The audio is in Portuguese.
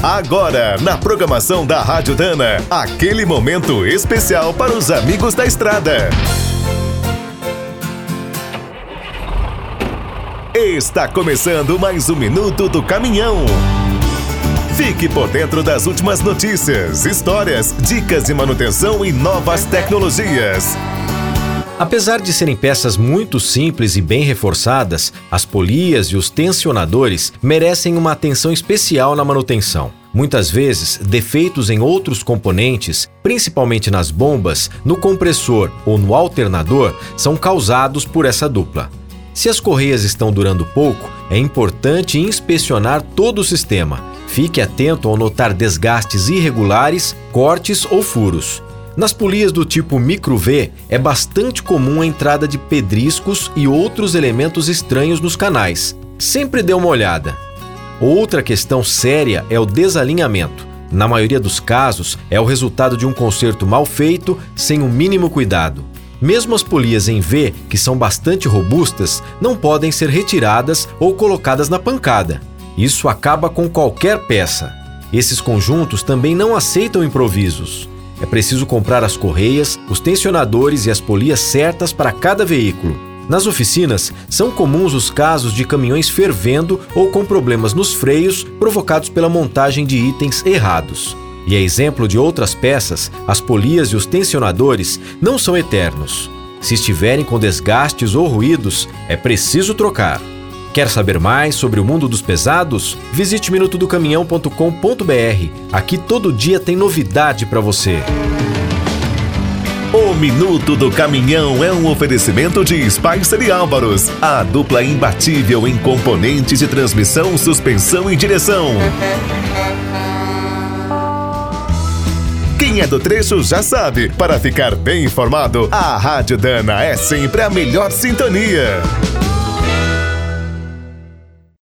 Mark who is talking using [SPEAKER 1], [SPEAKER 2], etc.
[SPEAKER 1] Agora, na programação da Rádio Dana, aquele momento especial para os amigos da estrada. Está começando mais um Minuto do Caminhão. Fique por dentro das últimas notícias, histórias, dicas de manutenção e novas tecnologias.
[SPEAKER 2] Apesar de serem peças muito simples e bem reforçadas, as polias e os tensionadores merecem uma atenção especial na manutenção. Muitas vezes, defeitos em outros componentes, principalmente nas bombas, no compressor ou no alternador, são causados por essa dupla. Se as correias estão durando pouco, é importante inspecionar todo o sistema. Fique atento ao notar desgastes irregulares, cortes ou furos. Nas polias do tipo micro V, é bastante comum a entrada de pedriscos e outros elementos estranhos nos canais. Sempre dê uma olhada. Outra questão séria é o desalinhamento. Na maioria dos casos, é o resultado de um conserto mal feito, sem o mínimo cuidado. Mesmo as polias em V, que são bastante robustas, não podem ser retiradas ou colocadas na pancada. Isso acaba com qualquer peça. Esses conjuntos também não aceitam improvisos. É preciso comprar as correias, os tensionadores e as polias certas para cada veículo. Nas oficinas, são comuns os casos de caminhões fervendo ou com problemas nos freios provocados pela montagem de itens errados. E a exemplo de outras peças, as polias e os tensionadores não são eternos. Se estiverem com desgastes ou ruídos, é preciso trocar. Quer saber mais sobre o mundo dos pesados? Visite minutodocaminhão.com.br. Aqui todo dia tem novidade para você.
[SPEAKER 1] O Minuto do Caminhão é um oferecimento de Spicer e Álvaros, a dupla imbatível em componentes de transmissão, suspensão e direção. Quem é do trecho já sabe, para ficar bem informado, a Rádio Dana é sempre a melhor sintonia.